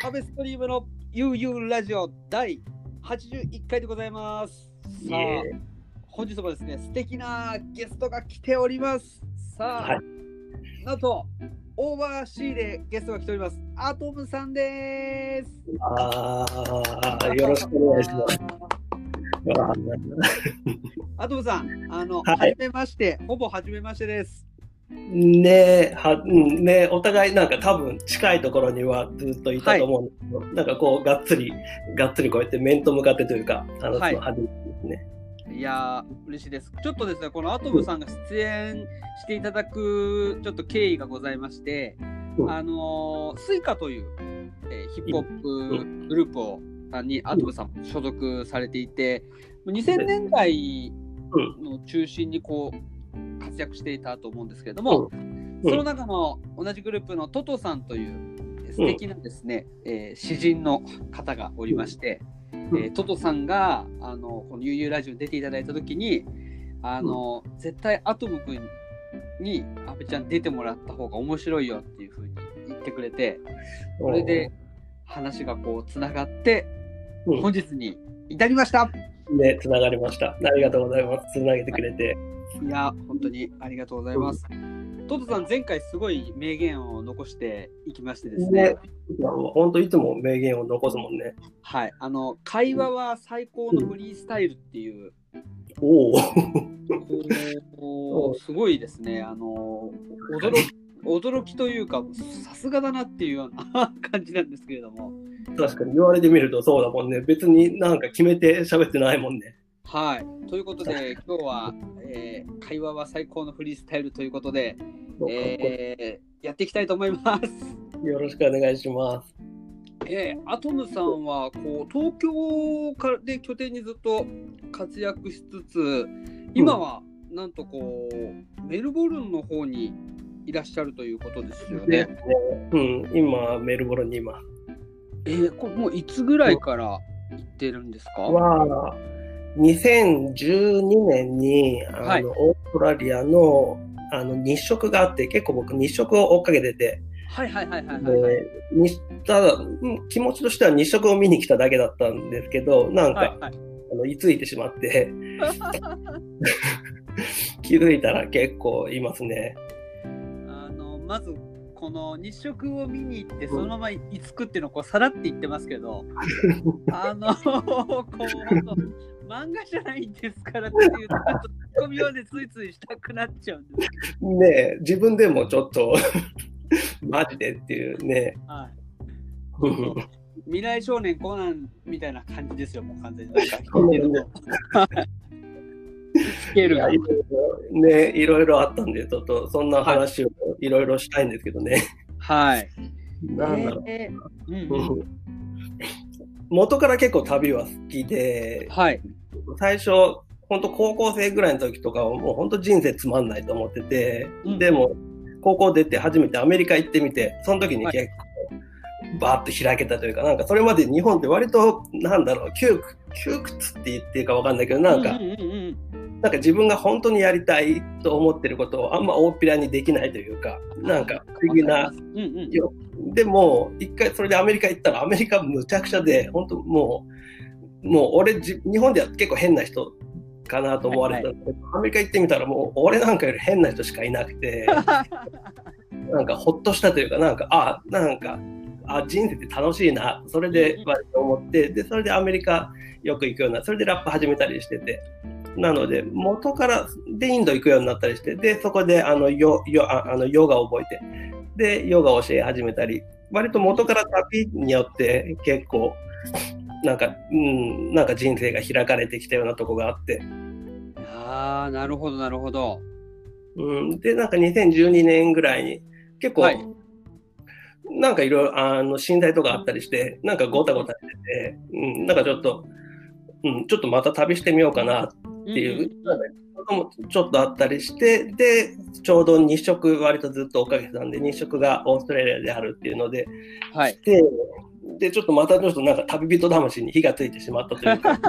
アベストリームのゆうゆうラジオ第81回でございます。さあ、本日もですね、素敵なゲストが来ております。さあ、なんとオーバーシーでゲストが来ております。アトムさんです。 よろしくお願いします。 アトムさん、はじめまして、ほぼはじめましてです。 ねお互いなんか多分近いところにはずっといたと思うんですけど、なんかこうがっつりこうやって面と向かってというか、その初めてですね。 いやー嬉しいです。ちょっとですね、このアトムさんが出演していただくちょっと経緯がございまして、スイカという、ヒップホップグループをにアトムさんも所属されていて、2000年代の中心にこう活躍していたと思うんですけれども、その中の同じグループのトトさんという素敵なですね、詩人の方がおりまして、トトさんがこのゆうゆうラジオに出ていただいた時に絶対アトム君に阿部ちゃん出てもらった方が面白いよっていう風に言ってくれて、それで話がこうつながって本日に至りました。 ね、つながりました。ありがとうございます。つなげてくれて。 いや本当にありがとうございます。トトさん、前回すごい名言を残していきましてですね。 本当いつも名言を残すもんね。 はい、会話は最高のフリースタイルっていう。すごいですね。驚きというか、さすがだなっていうような感じなんですけれども。 確かに言われてみるとそうだもんね。別になんか決めて喋ってないもんね。 はい。ということで、今日は、会話は最高のフリースタイルということで、やっていきたいと思います。 よろしくお願いします。 アトムさんはこう東京で拠点にずっと活躍しつつ、今はなんとこうメルボルンの方にいらっしゃるということですよね。 今メルボルンにいます。 これもういつぐらいから行ってるんですか ？2012年にオーストラリアの日食があって、結構僕日食を追っかけてて、ただ気持ちとしては日食を見に来ただけだったんですけど、なんか、居ついてしまって気づいたら結構いますね。 まずこの日食を見に行ってそのまま居つくっていうのをこうさらって言ってますけど、こう漫画じゃないんですからっていうツッコミをねついついしたくなっちゃうんですけどね。自分でもちょっとマジでっていうね。 未来少年コナンみたいな感じですよ、もう完全に。スケールがね、いろいろあったんで、ちょっとそんな話をいろいろしたいんですけどね。 はい。 なんだろう。元から結構旅は好きで、最初本当高校生ぐらいの時とかはもう本当人生つまんないと思ってて、でも高校出て初めてアメリカ行ってみて、その時に結構バーッと開けたというか、なんかそれまで日本って割となんだろう、窮屈って言っていいか分かんないけど、なんか自分が本当にやりたいと思ってることをあんま大っぴらにできないというか、なんか不思議な。でも一回それでアメリカ行ったら、アメリカむちゃくちゃで、本当もう俺日本では結構変な人かなと思われたんだけど、アメリカ行ってみたらもう俺なんかより変な人しかいなくてなんかほっとしたというか、人生って楽しいな、それで思って、でそれでアメリカよく行くような、それでラップ始めたりしてて、なので元からでインド行くようになったりして、でそこでヨガを覚えて、でヨガを教え始めたり、割と元から旅によって結構なんか人生が開かれてきたようなとこがあって。 なるほどなるほど。 でなんか2012年ぐらいに結構、なんかいろいろ震災とかあったりして、なんかごたごたしてて、なんかちょっとまた旅してみようかなっていうこともちょっとあったりして、でちょうど日食割とずっと追っかけてたんで、日食がオーストラリアであるっていうので、でちょっとまたちょっとなんか旅人魂に火がついてしまったというか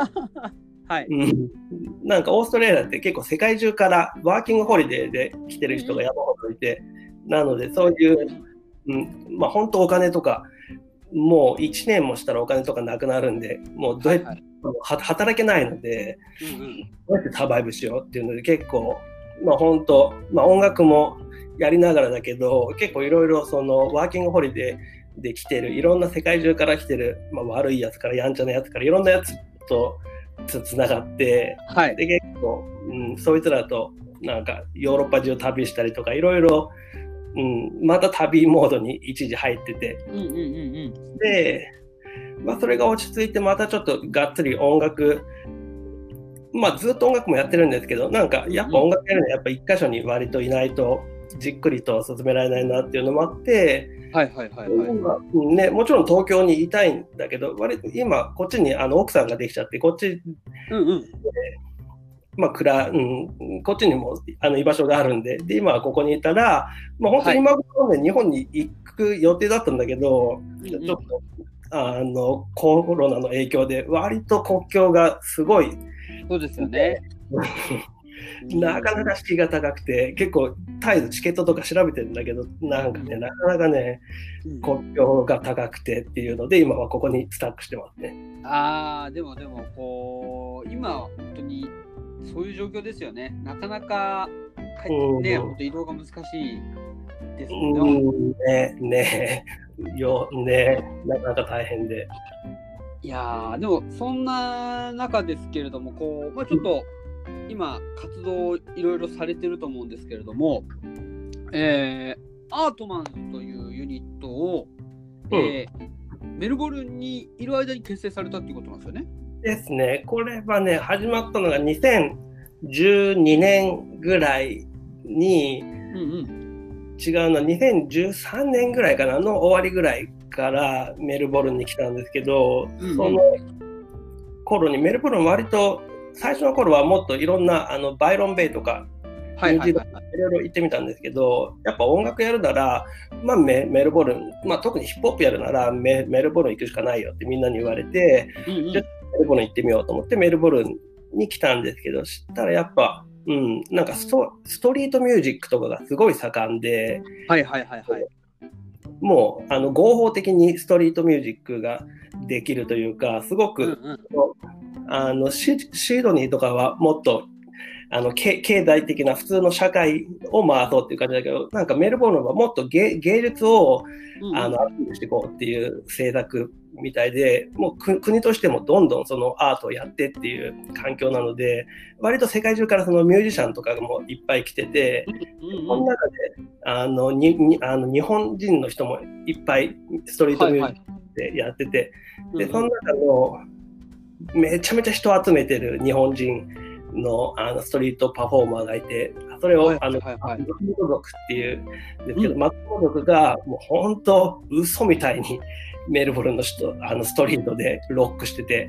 なんかオーストラリアって結構世界中からワーキングホリデーで来てる人が山ほどいて、なのでそういう、本当お金とかもう1年もしたらお金とかなくなるんで、もうどうやって、働けないので、どうやってサバイブしようっていうので、結構、本当、音楽もやりながらだけど、結構いろいろそのワーキングホリデーで来てる、いろんな世界中から来てる、悪いやつからやんちゃなやつからいろんなやつとつながって、で結構、そいつらとなんかヨーロッパ中旅したりとかいろいろ、また旅モードに一時入ってて、で、それが落ち着いてまたちょっとがっつり音楽、ずっと音楽もやってるんですけど、なんかやっぱ音楽やるのはやっぱ一箇所に割といないとじっくりと進められないなっていうのもあって、もちろん東京にいたいんだけど、割と今こっちに奥さんができちゃって、こっちこっちにも居場所があるんで、今はここにいたら、本当に今頃ね、日本に行く予定だったんだけど、ちょっとコロナの影響で割と国境がすごい、 そうですよね。 なかなか敷居が高くて、結構絶えずチケットとか調べてるんだけど、なんかね、なかなかね、国境が高くてっていうので、今はここにスタックしてますね。 でもこう今は本当にそういう状況ですよね。なかなか帰ってね、本当移動が難しいですもんね。なかなか大変で。 いやでもそんな中ですけれども、こうちょっと今活動いろいろされてると思うんですけれども、アートマンズというユニットを、メルボルンにいる間に結成されたっていうことなんですよね。 ですね。これはね、始まったのが2012年ぐらいに、違うの2013年ぐらいかなの終わりぐらいからメルボルンに来たんですけど、その頃にメルボルン割と最初の頃はもっといろんなバイロンベイとかいろいろ行ってみたんですけど、やっぱ音楽やるなら、メルボルン、特にヒップホップやるならメルボルン行くしかないよってみんなに言われて、じゃあメルボルン行ってみようと思ってメルボルンに来たんですけど、知ったらやっぱ、なんかストリートミュージックとかがすごい盛んで、もう合法的にストリートミュージックができるというか、すごく、シードニーとかはもっと経済的な普通の社会を回そうっていう感じだけど、なんかメルボルンはもっと芸術をアピールしていこうっていう政策みたいで、もう国としてもどんどんそのアートをやってっていう環境なので、割と世界中からそのミュージシャンとかもいっぱい来てて、その中で日本人の人もいっぱいストリートミュージックでやってて、でその中のめちゃめちゃ人を集めてる日本人のストリートパフォーマーがいて、それを松本族っていうんですけど、松本族がもう本当嘘みたいにメルボルンのストリートでロックしてて、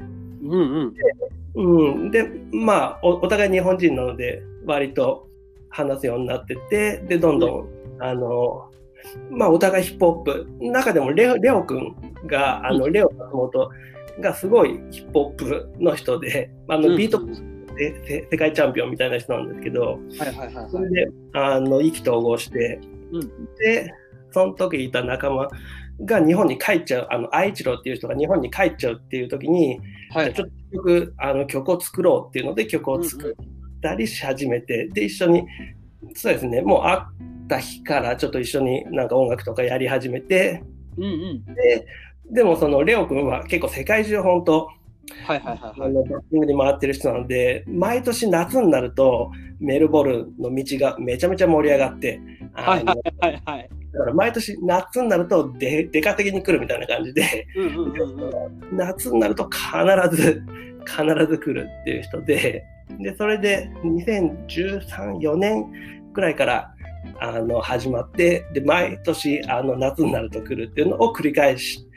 でお互い日本人なので割と話すようになってて、でどんどんお互いヒップホップ中でもレオくんがレオ松本がすごいヒップホップの人で、ビートで世界チャンピオンみたいな人なんですけど、それで意気投合して、でその時いた仲間が日本に帰っちゃう、愛一郎っていう人が日本に帰っちゃうっていう時に、ちょっと曲を作ろうっていうので曲を作ったりし始めて、で一緒にそうですね、もう会った日からちょっと一緒になんか音楽とかやり始めて、でもそのレオ君は結構世界中本当バッティングに回ってる人なので、毎年夏になるとメルボルンの道がめちゃめちゃ盛り上がって、だから毎年夏になるとデカ的に来るみたいな感じで、夏になると必ず来るっていう人で、それで2013、4年くらいから始まって、で毎年夏になると来るっていうのを繰り返して、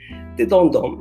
どんどん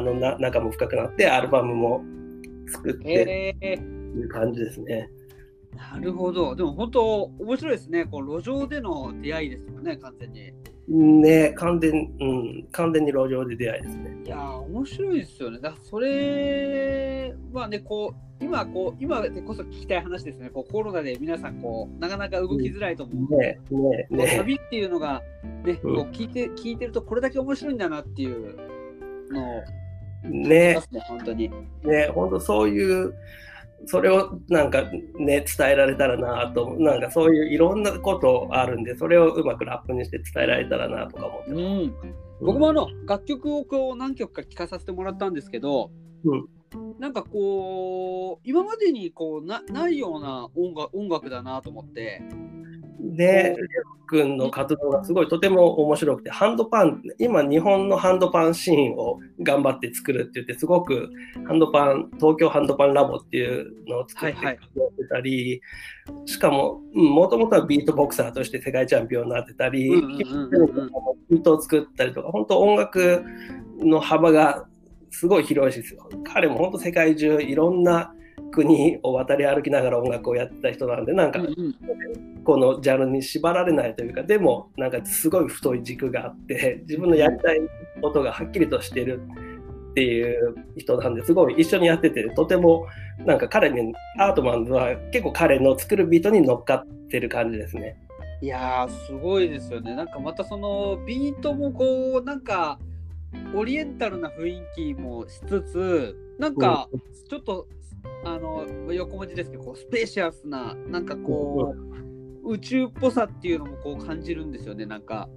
仲も深くなってアルバムも作ってっていう感じですね。 なるほど。でも本当面白いですね。こう路上での出会いですよね、完全に。 ね、完全に路上で出会いですね。 いやー、面白いですよね。だからそれはね、今でこそ聞きたい話ですね。コロナで皆さんなかなか動きづらいと思うので、旅っていうのがね、聞いてるとこれだけ面白いんだなっていうのをね、 本当に。 ね、本当そういう。それをなんかね伝えられたらなと、なんかそういういろんなことあるんで、それをうまくラップにして伝えられたらなとか思ってます。 僕も楽曲を何曲か聴かさせてもらったんですけど、なんか今までにないような音楽だなと思って。 で、レオ君の活動がすごいとても面白くて、ハンドパン、今日本のハンドパンシーンを頑張って作るって言って、すごく東京ハンドパンラボっていうのを作ってくれてたり、しかももともとはビートボクサーとして世界チャンピオンになってたり、ビートを作ったりとか、本当音楽の幅がすごい広いですよ。彼も本当世界中いろんな国を渡り歩きながら音楽をやってた人なんで、なんかこのジャンルに縛られないというか、でもなんかすごい太い軸があって自分のやりたいことがはっきりとしてるっていう人なんで、すごい一緒にやってて、とてもなんか彼にアートマンズは結構彼の作るビートに乗っかってる感じですね。 いやーすごいですよね。なんかまたそのビートもなんかオリエンタルな雰囲気もしつつ、なんかちょっと横文字ですけどスペーシアスななんか宇宙っぽさっていうのも感じるんですよね、なんか。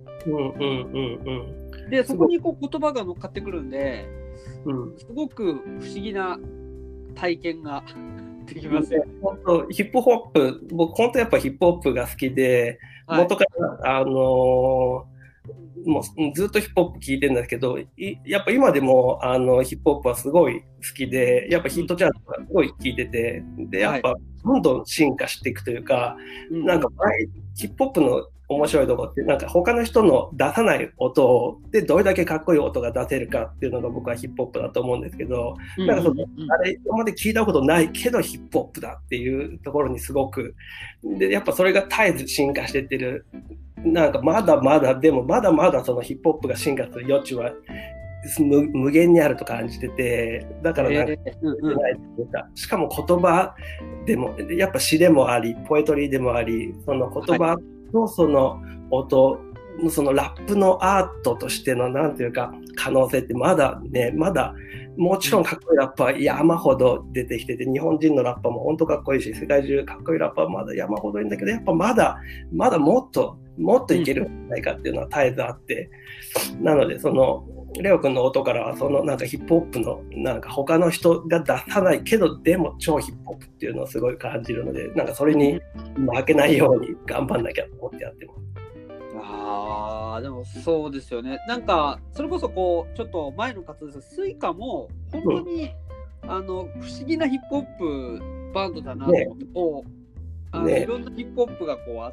でそこに言葉が乗っかってくるんで、すごく不思議な体験ができますよね。 本当ヒップホップ、僕本当やっぱヒップホップが好きで、元からもうずっとヒップホップ聴いてるんですけど、やっぱ今でもヒップホップはすごい好きで、やっぱヒットチャートがすごい聴いてて、でやっぱどんどん進化していくというか、なんかヒップホップの面白いところって、なんか他の人の出さない音でどれだけかっこいい音が出せるかっていうのが僕はヒップホップだと思うんですけど、なんかあれ今まで聞いたことないけどヒップホップだっていうところにすごくで、やっぱそれが絶えず進化してってる。なんかまだまだそのヒップホップが進化する余地は無限にあると感じてて、だからなんか、しかも言葉でもやっぱ詩でもありポエトリーでもあり、その言葉のその音、そのラップのアートとしてのなんていうか可能性ってまだもちろんかっこいいラッパー山ほど出てきてて、日本人のラッパーも本当かっこいいし、世界中かっこいいラッパーまだ山ほどいるんだけど、やっぱまだもっといけるんじゃないかっていうのは絶えずあって、なのでそのレオ君の音からはそのなんかヒップホップのなんか他の人が出さないけどでも超ヒップホップっていうのをすごい感じるので、なんかそれに負けないように頑張んなきゃと思ってやってます。 でもそうですよね。なんかそれこそちょっと前の活動ですスイカも本当に、不思議なヒップホップバンドだなと思って、いろんなヒップホップがあって、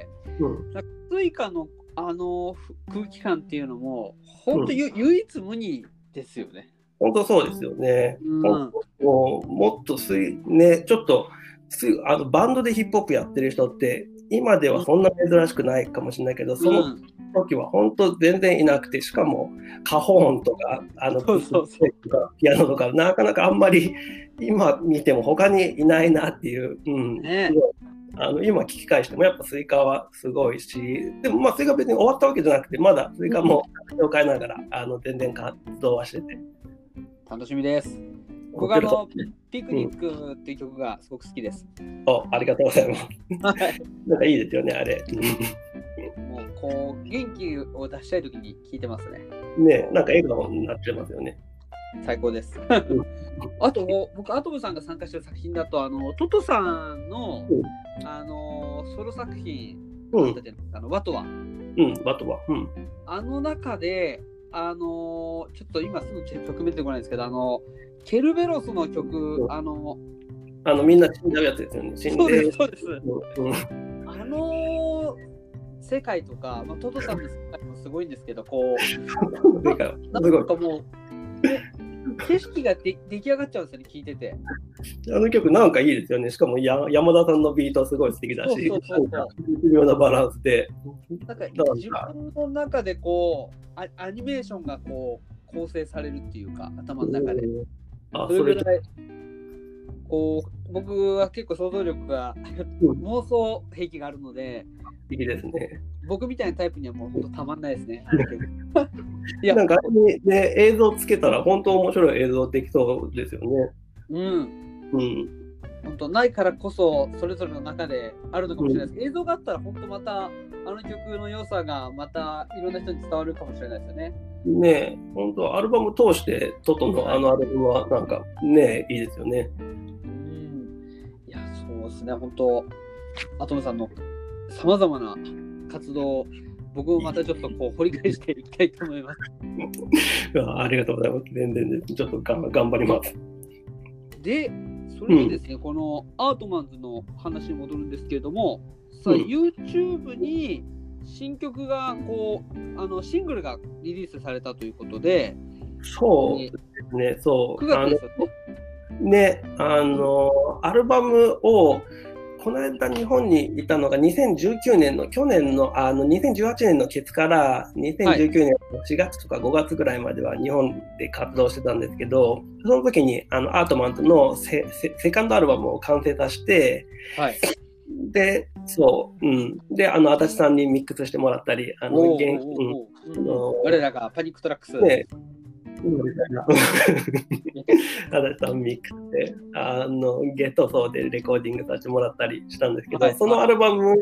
スイカの空気感っていうのも本当唯一無二ですよね。 本当そうですよね。もっとちょっとバンドでヒップホップやってる人って今ではそんな珍しくないかもしれないけど、その時は本当全然いなくて、しかもカホーンとかピアノとかなかなかあんまり今見ても他にいないなっていう、今聞き返してもやっぱスイカはすごいし、でもスイカ別に終わったわけじゃなくて、まだスイカも形を変えながら全然活動はしてて楽しみです。僕ピクニックっていう曲がすごく好きです。 ありがとうございます。なんかいいですよね、あれ。 もう元気を出したいときに聴いてますね。 なんか笑顔になっちゃいますよね。 最高です。あと僕アトムさんが参加してる作品だとトトさんの、ソロ作品、ワトワ。 ワトワ。 中でちょっと今すぐ曲出てこないんですけどケルベロスの曲、 みんな死んじゃうやつですよね。 そうです。世界とか、トトさんの世界もすごいんですけど、なんかもう、 景色が出来上がっちゃうんですよね、聴いてて。 あの曲なんかいいですよね。しかも山田さんのビートすごい素敵だし、微妙なバランスで。 なんか自分の中でこうアニメーションがこう構成されるっていうか、頭の中で。それぐらいこう僕は結構想像力が妄想癖があるので、 いいですね。 僕みたいなタイプにはもう本当たまんないですね。 いやなんかね、映像つけたら本当面白い映像できそうですよね。 本当ないからこそそれぞれの中であるのかもしれないです。映像があったら本当またあの曲の良さがまたいろんな人に伝わるかもしれないですよね。 ねえ、本当アルバム通してトトのあのアルバムはなんかねいいですよね。 いやそうですね、本当アトムさんのさまざまな活動、僕もまたちょっとこう掘り返していきたいと思います。 ありがとうございます。全然です。ちょっと頑張ります。 で、それでですね、このアートマンズの話に戻るんですけれども、さあ YouTube に新曲がこうシングルがリリースされたということで、 そうですね、そう。 9月ですよね。アルバムをこの間日本にいたのが2019年の去年の2018年のケツから2019年の4月とか5月ぐらいまでは日本で活動してたんですけど、その時にアートマンズのセカンドアルバムを完成させて、で、で、足立さんにミックスしてもらったり、 我らがパニックトラックス。 足立さんミックスで、ゲットソーでレコーディングさせてもらったりしたんですけど、そのアルバム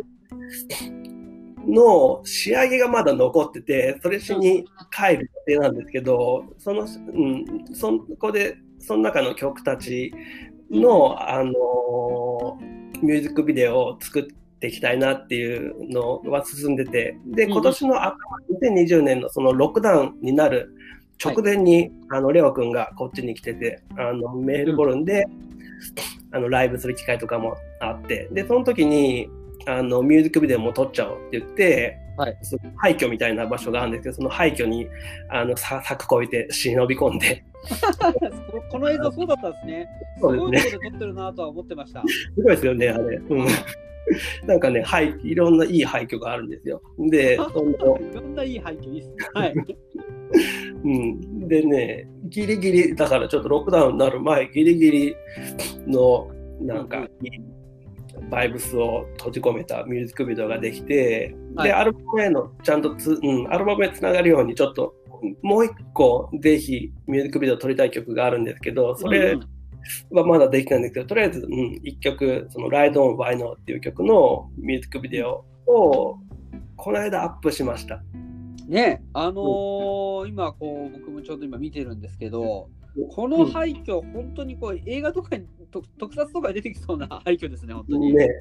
の仕上げがまだ残ってて、それしに帰る予定なんですけど、そこで、その中の曲たちの、ミュージックビデオを作っていきたいなっていうのは進んでて、で、今年の2020年のそのロックダウンになる直前に、レオ君がこっちに来てて、メールボルンで、ライブする機会とかもあって、で、その時に、ミュージックビデオも撮っちゃおうって言って、その廃墟みたいな場所があるんですけど、その廃墟に柵越えて忍び込んでこの映像そうだったんですね。すごいところで撮ってるなとは思ってました。 すごいですよね、あれ。なんかね、いろんないい廃墟があるんですよ。で、 いろんないい廃墟いいっすね。はい。 でね、ギリギリ、だからちょっとロックダウンになる前、ギリギリのなんか、バイブスを閉じ込めたミュージックビデオができて、で、アルバムへのちゃんとアルバムへつながるようにちょっともう一個ぜひミュージックビデオ撮りたい曲があるんですけど、それはまだできないんですけど、とりあえず、一曲、その Ride on Why No っていう曲のミュージックビデオをこの間アップしました。 ね、今こう僕もちょうど今見てるんですけど、この廃墟、本当にこう映画とかに特撮とかに出てきそうな廃墟ですね、本当に。 ね、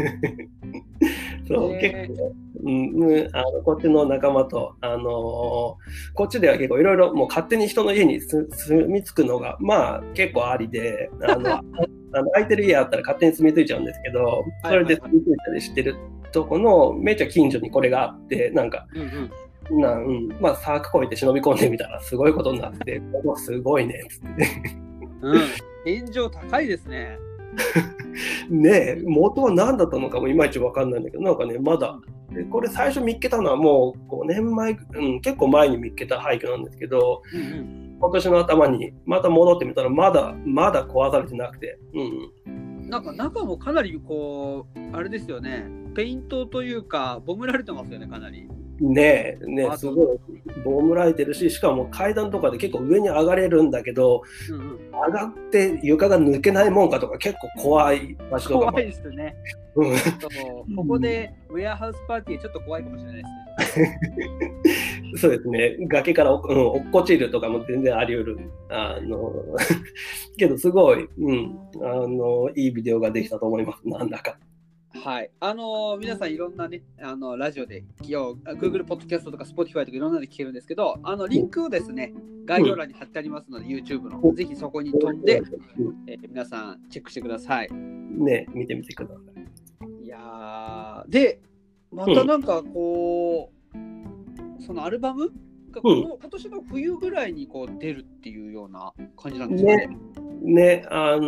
そう、結構、こっちの仲間と、こっちでは結構いろいろもう勝手に人の家に住み着くのが、まあ結構ありで、空いてる家あったら勝手に住み着いちゃうんですけど、それで住み着いたりしてるとこのめっちゃ近所にこれがあって、なんか、まあ柵越えて忍び込んでみたらすごいことになって、ここすごいねっつって。 天井高いですね。 ねえ、元は何だったのかもいまいち分かんないんだけど、なんかね、まだ、これ最初見っけたのはもう5年前、結構前に見っけた廃墟なんですけど、今年の頭にまた戻ってみたらまだ壊されてなくて、 なんか中もかなりこうあれですよね、ペイントというかボムられてますよね、かなり。 ねえ、すごいボムられてるし、しかも階段とかで結構上に上がれるんだけど、上がって床が抜けないもんかとか結構怖い場所とかも。 怖いですね。ここでウェアハウスパーティーちょっと怖いかもしれないですね。 そうですね、崖から落っこちるとかも全然あり得る。けどすごい、いいビデオができたと思います、なんだか。 はい、皆さんいろんなね、ラジオで、Google ポッドキャストとか Spotify とかいろんなので聞けるんですけど、リンクをですね、概要欄に貼ってありますので、YouTube の、ぜひそこに飛んで、皆さんチェックしてください。 ね、見てみてください。いやで、またなんかこう、そのアルバムか今年の冬ぐらいにこう出るっていうような感じなんですかね。 ね、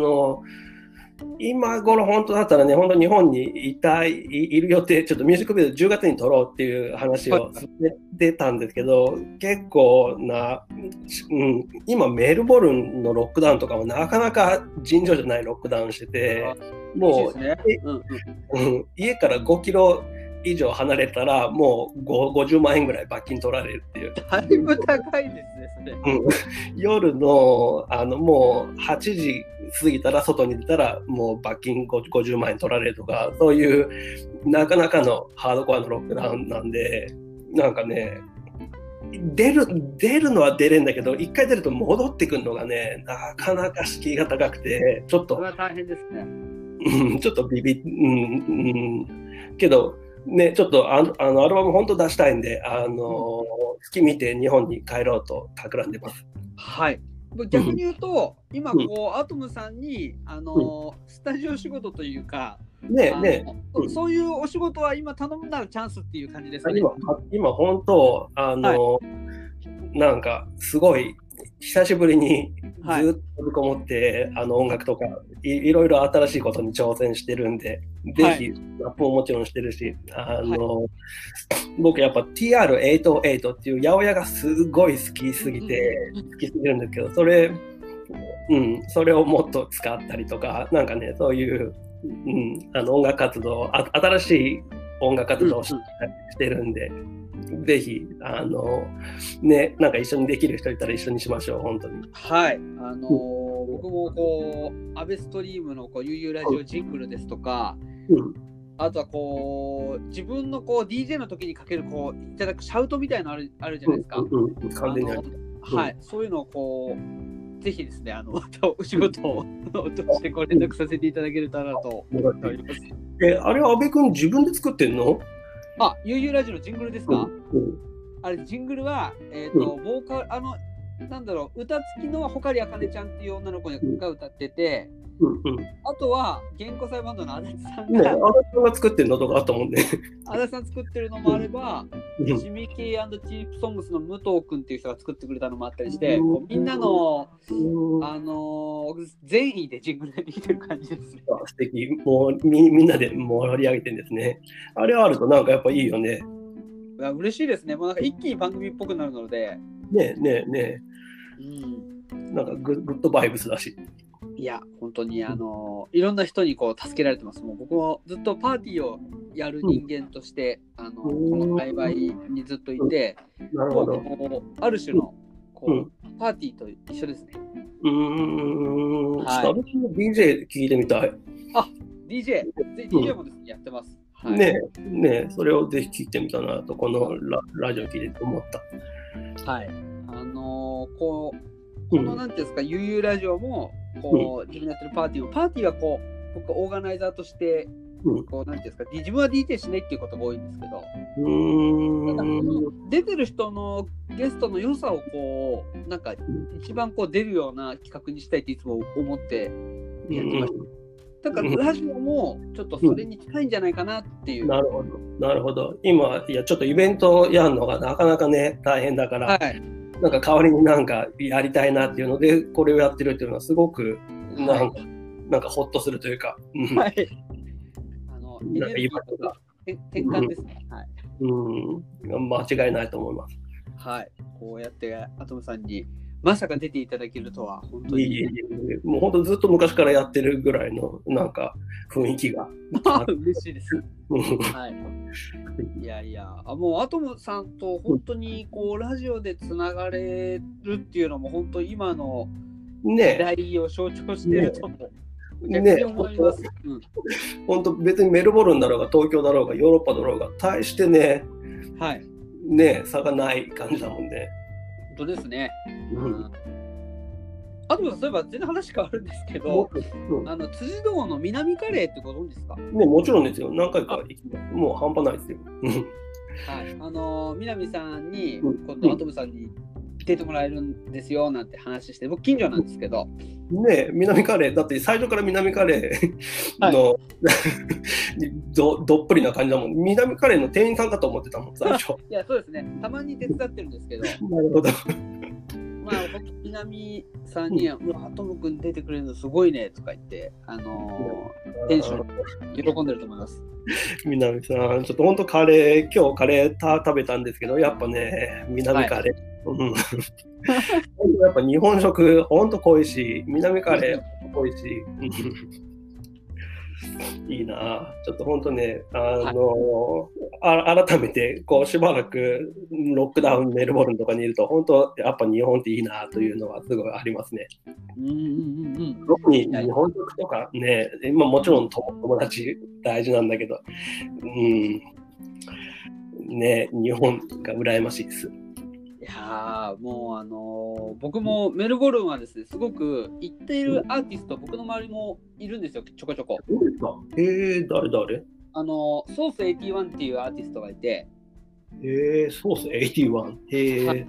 今頃本当だったらね、本当日本にいる予定、ちょっとミュージックビデオ10月に撮ろうっていう話を出たんですけど、結構な、今メルボルンのロックダウンとかもなかなか尋常じゃないロックダウンしてて、もう、家から5キロ以上離れたらもう50万円ぐらい罰金取られるっていう。 だいぶ高いですね、それ。 夜の、もう8時過ぎたら外に出たらもう罰金50万円取られるとか、そういうなかなかのハードコアのロックダウンなんで、なんかね、出るのは出れんだけど、一回出ると戻ってくるのがね、なかなか敷居が高くて、ちょっと。 それは大変ですね。 ちょっとけど、ね、ちょっとアルバム本当出したいんで、月見て日本に帰ろうと企んでます。 はい。逆に言うと、今こう、アトムさんにスタジオ仕事というか、そういうお仕事は今頼むならチャンスっていう感じですかね。 今本当なんかすごい久しぶりにずっと飛びこもって、音楽とかいろいろ新しいことに挑戦してるんで、ぜひラップももちろんしてるし、僕やっぱ TR-808 っていう八百屋がすごい好きすぎるんですけど、それをもっと使ったりとか、なんかね、そういう、音楽活動、新しい音楽活動をしてるんで、ぜひなんか一緒にできる人いたら一緒にしましょう、本当に。 はい、僕もこうアベストリームのこう悠々ラジオジングルですとか、あとはこう自分のこう DJ の時にかけるこういただくシャウトみたいなのあるじゃないですか。 完全にある。 はい、そういうのをこうぜひですね、またお仕事をとしてご連絡させていただけるとなと思います。 あれは阿部君自分で作ってんの？ 悠々ラジオのジングルですか？あれジングルはボーカルなんだろう、歌付きのほかりあかねちゃんっていう女の子が歌ってて、あとは原稿裁バンドの足立さんが、 足立さんが作ってるのとかあったもんね。 足立さん作ってるのもあれば、シミケイ&チープソングスの武藤君っていう人が作ってくれたのもあったりして、みんなの善意でジングルができてる感じですね。 素敵。もうみんなで盛り上げてるんですね。あれあるとなんかやっぱいいよね。 嬉しいですね。もうなんか一気に番組っぽくなるので。 ねえ。なんかグッドバイブスだし。 いや、本当にいろんな人にこう助けられてます。もう僕もずっとパーティーをやる人間として、この界隈にずっといて、 なるほど。 ある種のこう、パーティーと一緒ですね。 私も DJ 聞いてみたい。 DJ もですね、やってます。 ねえ、それをぜひ聞いてみたなと、このラジオ聞いて思った。 はい。このなんていうんですか、悠々ラジオもこう自分のやってるパーティーはこう僕オーガナイザーとしてこうなんていうんですか、自分は DJ しないっていうことが多いんですけど、出てる人のゲストの良さをこうなんか一番こう出るような企画にしたいっていつも思ってやってました。だからラジオもちょっとそれに近いんじゃないかなっていう。 なるほど。今ちょっとイベントやるのがなかなかね大変だから、なんか代わりになんかやりたいなっていうのでこれをやってるっていうのはすごくなんかホッとするというか、なんか今とか転換ですね。 間違いないと思います。 はい、こうやってアトムさんにまさか出ていただけるとは本当にもう本当ずっと昔からやってるぐらいのなんか雰囲気が嬉しいです。いやもうアトムさんと本当にこうラジオでつながれるっていうのも本当今の時代を象徴してると思う。思います。 本当別にメルボルンだろうが東京だろうがヨーロッパだろうが大してね、差がない感じだもんね。 本当ですね。あと例えば全然話変わるんですけど、辻堂の南カレーってご存知ですか？ ね、もちろんですよ。何回か行きます。もう半端ないですよ。 南さんに今度アトムさんに出てもらえるんですよなんて話して、僕近所なんですけどねえ、南カレーだって最初から南カレーの、はい、どっぷりな感じだもん。南カレーの店員さんかと思ってたもん最初。 いやそうですね、たまに手伝ってるんですけどなるほど。 まあ南さんには、アトム君出てくれるのすごいねとか言ってテンション喜んでると思います。 南さん、ちょっと本当今日カレー食べたんですけど、やっぱね、南カレー、はい、やっぱ日本食本当濃いし、南カレー濃いし、いいな。ちょっと本当ね、改めてこうしばらくロックダウンメルボルンとかにいると、本当やっぱ日本っていいなというのはすごいありますね。特に日本食とかね、今もちろん友達大事なんだけど、ね、日本が羨ましいです。 いやもう僕もメルボルンはですね、すごく行っているアーティスト、僕の周りもいるんですよ、ちょこちょこ。 そうですか。誰ソース81っていうアーティストがいて。 ソース81。 はい、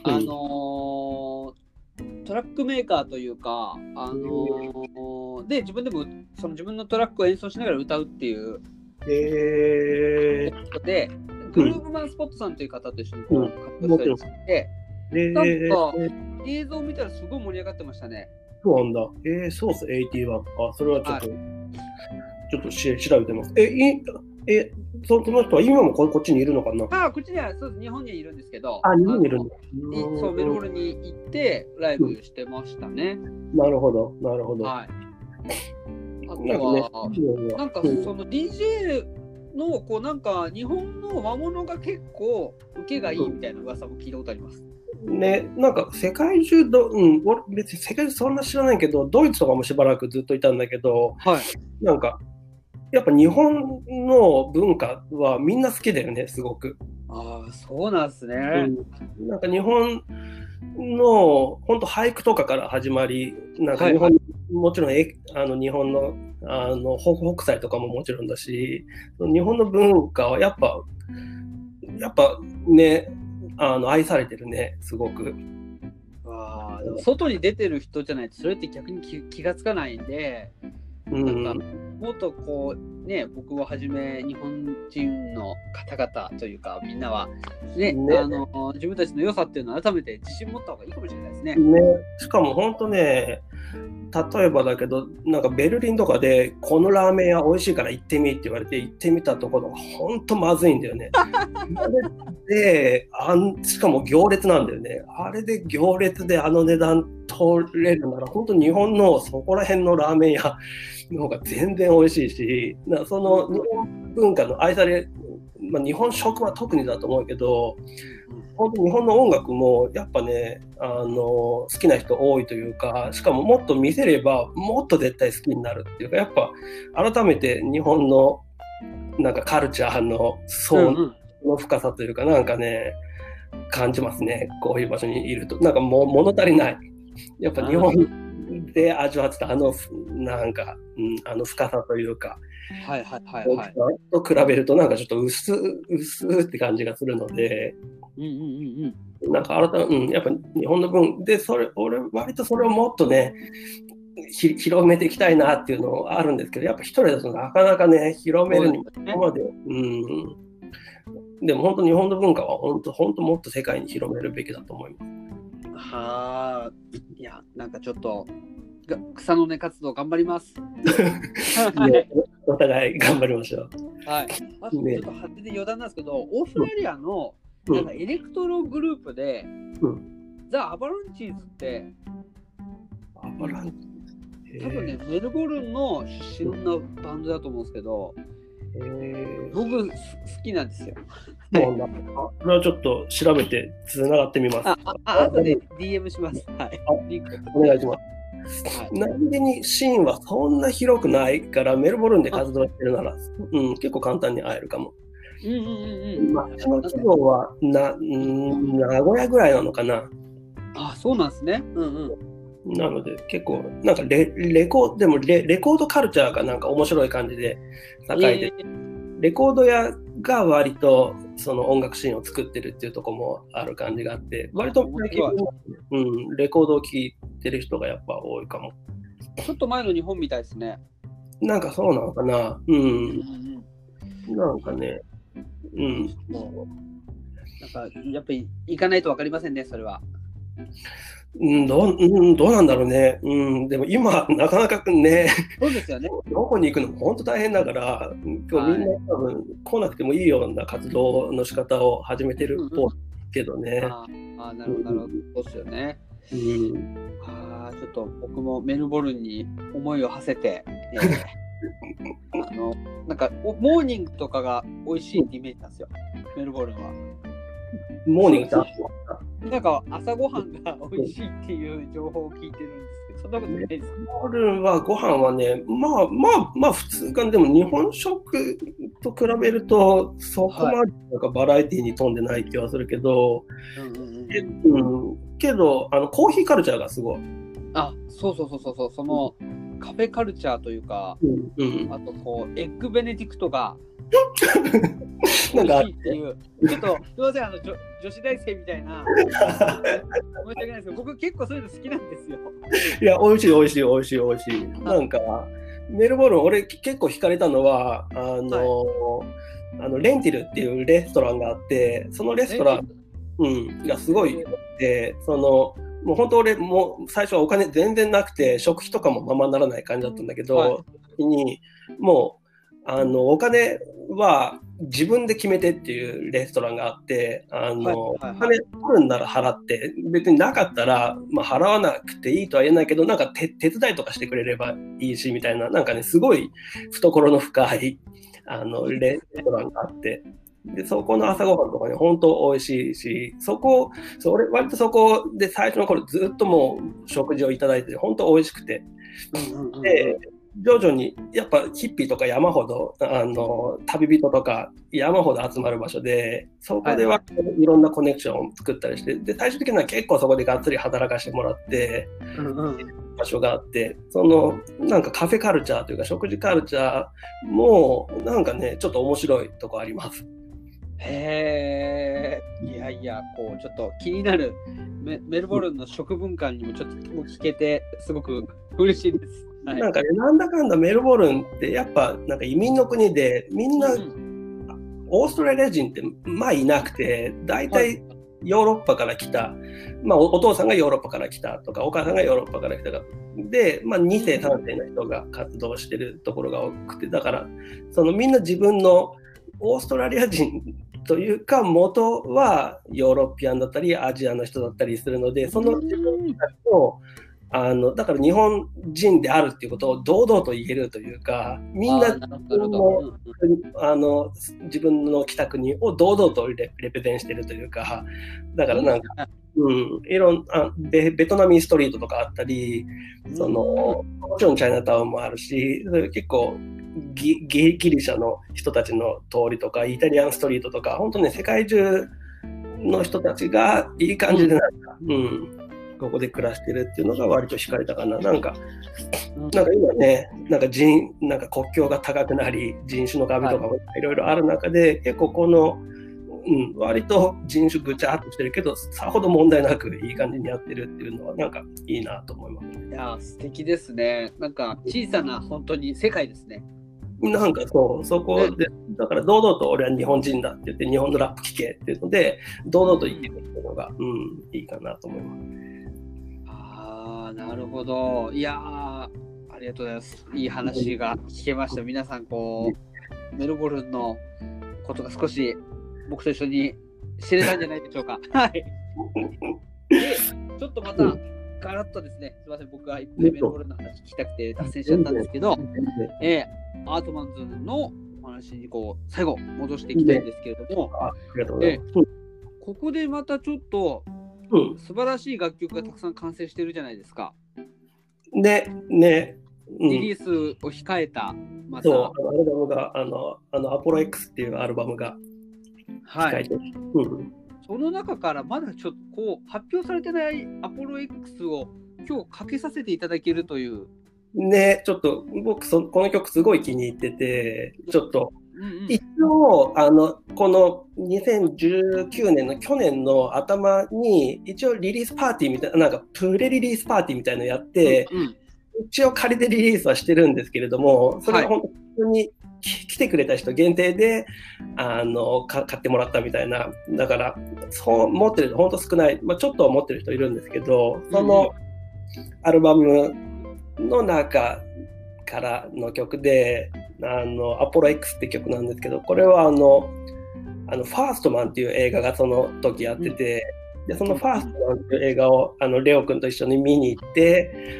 トラックメーカーというか、で自分でもその自分のトラックを演奏しながら歌うっていう。でグルーブマンスポットさんという方と一緒に活動したりして、なんか映像を見たらすごい盛り上がってましたね。 そうなんだ。ソース81。それはちょっと、ちょっと調べてます。その人は今もこっちにいるのかな？ こっちにはそうです、日本にはいるんですけど。 日本にいるんだ。 そう、メルボルンに行ってライブしてましたね。 なるほど。 はい。あとは、なんかその DJ のこうなんか日本の和物が結構受けがいいみたいな噂も聞いたことあります。 ね、なんか世界中俺別に世界中そんな知らないけど、ドイツとかもしばらくずっといたんだけど、 はい、 なんかやっぱ日本の文化はみんな好きだよね、すごく。 そうなんですね。 なんか日本の本当俳句とかから始まり、なんか日本、もちろん日本の北斎とかももちろんだし、日本の文化はやっぱね、愛されてるね、すごく。 でも外に出てる人じゃないとそれって逆に気がつかないんで、なんかもっとこうね、僕をはじめ日本人の方々というかみんなはね、自分たちの良さっていうのを改めて自信持った方がいいかもしれないですね。 しかも本当ね、例えばだけど、なんかベルリンとかでこのラーメン屋美味しいから行ってみって言われて行ってみたところが本当まずいんだよね。でしかも行列なんだよね。あれで行列で値段取れるなら本当日本のそこら辺のラーメン屋の方が全然美味しいし、その日本文化の愛され、日本食は特にだと思うけど、本当に日本の音楽もやっぱね、好きな人多いというか、しかももっと見せればもっと絶対好きになるっていうか、やっぱ改めて日本のなんかカルチャーの層の深さというか、なんかね感じますね。こういう場所にいるとなんか物足りない。やっぱ日本で味わってたなんか、深さというか、と比べるとなんかちょっと薄って感じがするので、なんかやっぱ日本の分で俺割とそれをもっとね広めていきたいなっていうのはあるんですけど、やっぱ一人だとなかなかね広めるにもここまで、でも本当日本の文化は本当もっと世界に広めるべきだと思います。 いや、なんかちょっと草の根活動頑張ります。 お互い頑張りましょう。 あとちょっと派手で余談なんですけど、オーストラリアのなんかエレクトログループで、ザ・アバランチーズって多分ねメルボルンの出身のバンドだと思うんですけど、僕好きなんですよ。 それはちょっと調べてつながってみます。 あとで DM します。リンクお願いします。何気にシーンはそんな広くないからメルボルンで活動してるなら、結構簡単に会えるかも。町の規模は名古屋ぐらいなのかな。 そうなんですね。 なので結構なんかレコードカルチャーがなんか面白い感じで栄えて、レコード屋が割とその音楽シーンを作ってるっていうところもある感じがあって、割とレコードを聴いてる人がやっぱ多いかも。 ちょっと前の日本みたいですね。 なんかそうなのかな。なんかね。 なんかやっぱり行かないと分かりませんね、それは。 どうなんだろうね。でも今、なかなかね、 そうですよね。 どこに行くのも本当大変だから、今日みんな多分来なくてもいいような活動の仕方を始めてるっぽいけどね。 なるほど、そうですよね。ちょっと僕もメルボルンに思いを馳せて、なんかモーニングとかが美味しいってイメージなんですよ、メルボルンは。 モーニングなんか朝ごはんが美味しいっていう情報を聞いてるんですけど、そんなことないですか？ メルボルンはご飯はね、まあ普通か、でも日本食と比べるとそこまでなんかバラエティに富んでない気はするけど、けどコーヒーカルチャーがすごい。 そう、そのカフェカルチャーというか、あとこうエッグベネディクトがなんか美味しいっていう、ちょっとすみません、女子大生みたいな申し訳ないですけど、僕結構そういうの好きなんですよ。 いや、美味しい。なんかメルボルン、俺結構惹かれたのはレンティルっていうレストランがあって、そのレストラン、がすごいで、もう本当俺もう最初はお金全然なくて食費とかもままならない感じだったんだけど、もうお金は自分で決めてっていうレストランがあって、お金取るんなら払って、別になかったら、払わなくていいとは言えないけど、なんか手伝いとかしてくれればいいしみたいな、なんかねすごい懐の深いレストランがあって。でそこの朝ごはんとかね、本当美味しいし、俺割とそこで最初の頃ずっともう食事をいただいてて、本当美味しくて、で徐々にやっぱヒッピーとか山ほど旅人とか山ほど集まる場所で、そこではいろんなコネクションを作ったりして、で最終的には結構そこでがっつり働かせてもらって、場所があって、なんかカフェカルチャーというか食事カルチャーもなんかねちょっと面白いとこあります。 へー、いやこうちょっと気になるメルボルンの食文化にもちょっと聞けてすごく嬉しいです。 なんかね、なんだかんだメルボルンってやっぱなんか移民の国で、みんなオーストラリア人っていなくて、大体ヨーロッパから来た、お父さんがヨーロッパから来たとか、お母さんがヨーロッパから来たで、2世3世の人が活動してるところが多くて、だからみんな自分のオーストラリア人というか元はヨーロピアンだったりアジアの人だったりするので、その自分たちのだから日本人であるっていうことを堂々と言えるというか、みんな自分の来た国を堂々とレペゼンしてるというか、だからなんか、ベトナミーストリートとかあったり、もちろんチャイナタウンもあるし、結構ギリシャの人たちの通りとかイタリアンストリートとか、本当ね世界中の人たちがいい感じでなんか、ここで暮らしてるっていうのが割と惹かれたかな。なんか今ね、なんか国境が高くなり人種の壁とかもいろいろある中で、結構この割と人種ぐちゃっとしてるけどさほど問題なくいい感じにやってるっていうのはなんかいいなと思います。 いや素敵ですね。なんか小さな本当に世界ですね。 なんかそこで、だから堂々と俺は日本人だって言って日本のラップ聴けっていうので堂々と言ってくるのが、いいかなと思います。 なるほど。いやありがとうございます。いい話が聞けました。皆さんメルボルンのことが少し僕と一緒に知れたんじゃないでしょうか。はい。でちょっとまたガラッとですね、すみません、僕がいっぱいメルボルンの話聞きたくて脱線しちゃったんですけど、アートマンズのお話に最後戻していきたいんですけれども、ここでまたちょっと素晴らしい楽曲がたくさん完成してるじゃないですか。 ね、 リリースを控えた、またアルバムがアポロ X っていうアルバムが控えてる。 その中からまだちょっと発表されてないアポロ X を今日かけさせていただけるという。 ね、ちょっと僕この曲すごい気に入ってて、ちょっと一応この2019年の去年の頭に一応リリースパーティーみたいな、なんかプレリリースパーティーみたいなのやって、一応仮でリリースはしてるんですけれども、それは本当に来てくれた人限定で買ってもらったみたいな。だからそう持ってる人本当少ない、ちょっとは持ってる人いるんですけど、そのアルバムの中からの曲でアポロ X って曲なんですけど、これはファーストマンっていう映画がその時やってて、でそのファーストマンっていう映画をレオ君と一緒に見に行って、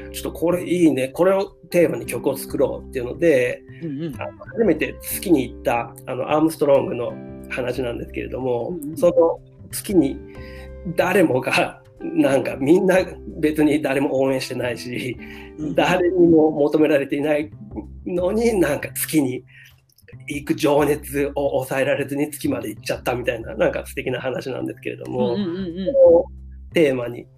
ちょっとこれいいね、これをテーマに曲を作ろうっていうので、初めて月に行ったアームストロングの話なんですけれども、その月に誰もがなんかみんな別に誰も応援してないし、誰にも求められていないのに、なんか月に行く情熱を抑えられずに月まで行っちゃったみたいな、なんか素敵な話なんですけれども、テーマに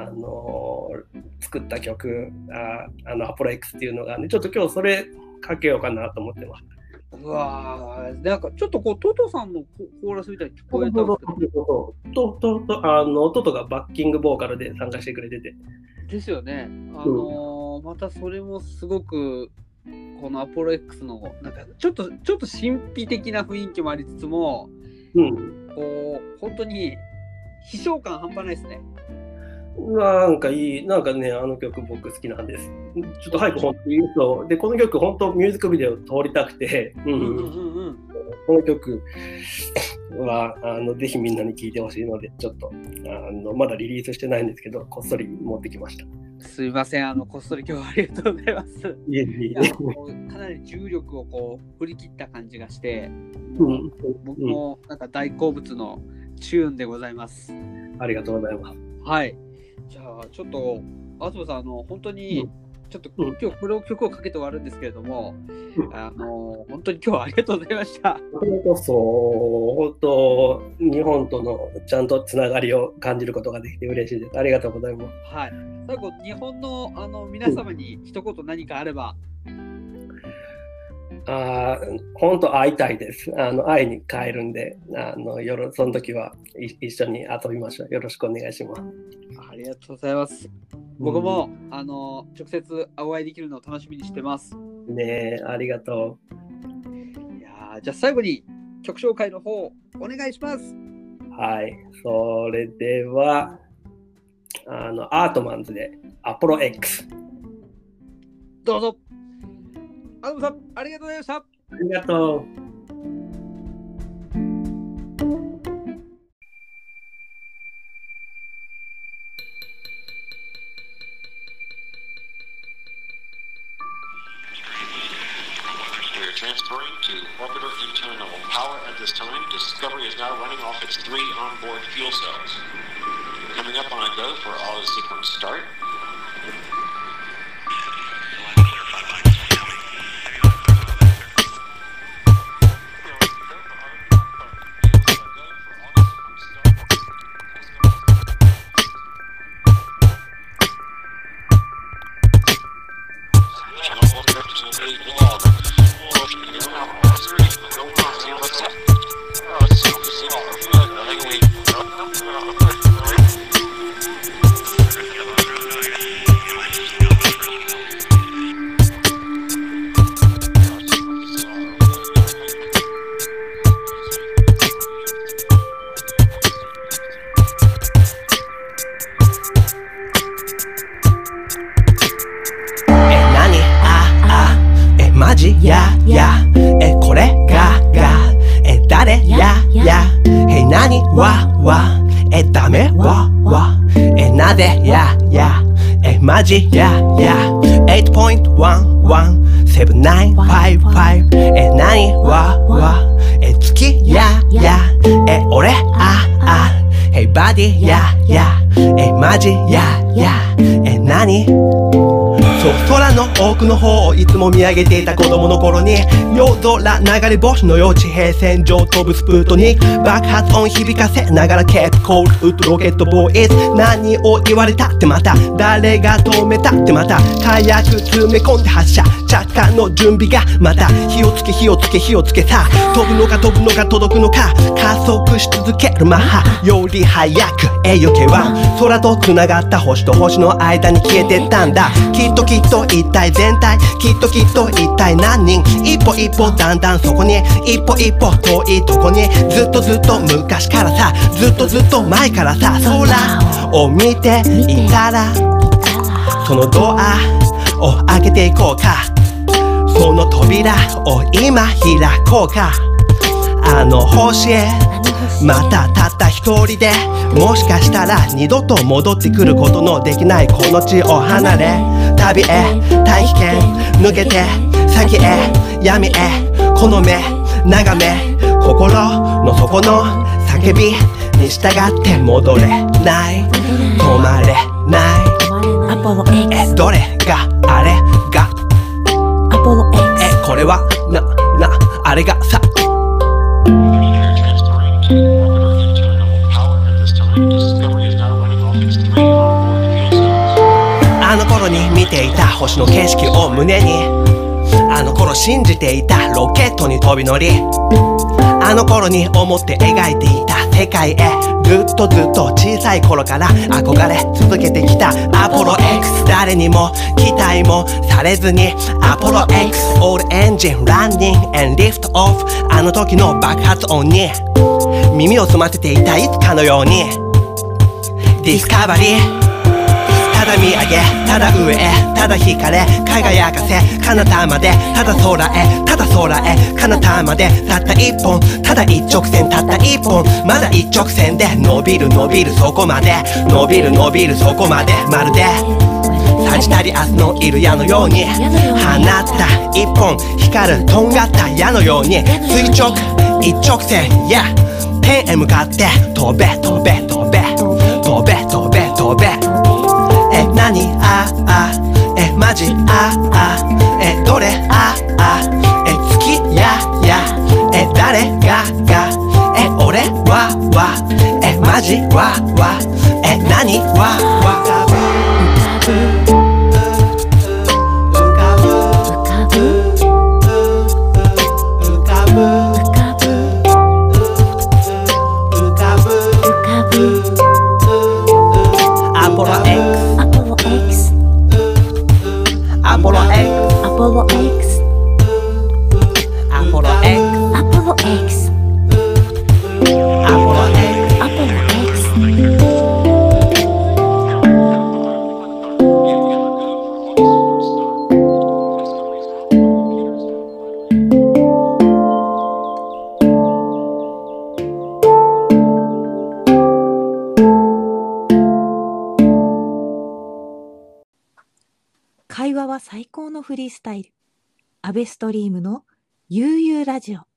作った曲アポロ X っていうのがね、ちょっと今日それかけようかなと思ってます。 うわー、なんかちょっとこうトトさんのコーラスみたいに聞こえたんですけど、 トトがバッキングボーカルで参加してくれててですよね。またそれもすごくこのアポロ X のなんかちょっと神秘的な雰囲気もありつつも、こう本当に悲壮感半端ないですね。 なんかいい、なんかね、曲僕好きなんです。ちょっと早く本当に言うと、で、この曲本当ミュージックビデオ通りたくて、この曲はぜひみんなに聴いてほしいので、ちょっとまだリリースしてないんですけど、こっそり持ってきました。 すいません、こっそり今日はありがとうございます。かなり重力をこう振り切った感じがして、僕もなんか大好物のチューンでございます。 ありがとうございます。 はい。じゃあちょっとアトムさん本当にちょっと今日この曲をかけて終わるんですけれども、本当に今日はありがとうございました。 これこそ本当日本とのちゃんとつながりを感じることができて嬉しいです。ありがとうございます。 はい。最後日本の皆様に一言何かあれば。 本当会いたいです。会いに帰るんで、その時は一緒に遊びましょう。よろしくお願いします。 ありがとうございます。僕も、直接お会いできるのを楽しみにしてます。 ねえ、ありがとう。いや、じゃあ最後に曲紹介の方お願いします。 はい、それではアートマンズでアポロ X。 どうぞ。アトムさん、ありがとうございました。 ありがとう。 Transferring to orbiter internal power at this time. Discovery is now running off its 3 onboard fuel cells. Coming up on a go for auto sequence start. Maji, yeah, 8.117955 nani wa tsuki, yeah, ore, hey body, yeah, maji, yeah, nani?そう空の奥の方をいつも見上げていた子供の頃に夜空流れ星のよう地平線上飛ぶスプートニック爆発音響かせながらケープコールウッドロケットボーイズ何を言われたってまた誰が止めたってまた火薬詰め込んで発射着火の準備がまた火をつけ火をつけ火をつけさ飛ぶのか飛ぶのか届くのか加速し続けるマッハより早く栄養系は空とつながった星と星の間に消えてったんだきっときっと一体全体きっときっと一体何人一歩一歩だんだんそこに一歩一歩遠いとこにずっとずっと昔からさずっとずっと前からさ空を見ていたらそのドアを開けていこうかその扉を今開こうかあの星へまたたった一人でもしかしたら二度と戻ってくることのできないこの地を離れ旅へ大気圏抜けて先へ闇へこの目眺め心の底の叫びに従って戻れない止まれないアポロ X どれがあれがアポロ X これはあれがさあの頃に見ていた星の景色を胸にあの頃信じていたロケットに飛び乗りあの頃に思って描いていた世界へずっとずっと小さい頃から憧れ続けてきたアポロ X 誰にも期待もされずにアポロ X All engine landing and lift off あの時の爆発音に耳を澄ませていたいつかのようにディスカバリーただ見上げただ上へただ光れ輝かせ彼方までただ空へただ空へ彼方までたった一本ただ一直線たった一本まだ一直線で伸びる伸びるそこまで伸びる伸びるそこまでまるでサジタリアスのいる矢のように放った一本光るとんがった矢のように垂直一直線や天へ向かって飛べ飛べ飛べ飛べ飛べ飛べ何マジどれ月や誰が俺はマジ何浮かぶ浮かぶ浮かぶ浮かぶアポロ X アポロ X アポロ X アポロ X アポロ X アポロ X アポロ X 会話は最高のフリースタイル。アベストリームの悠々ラジオ。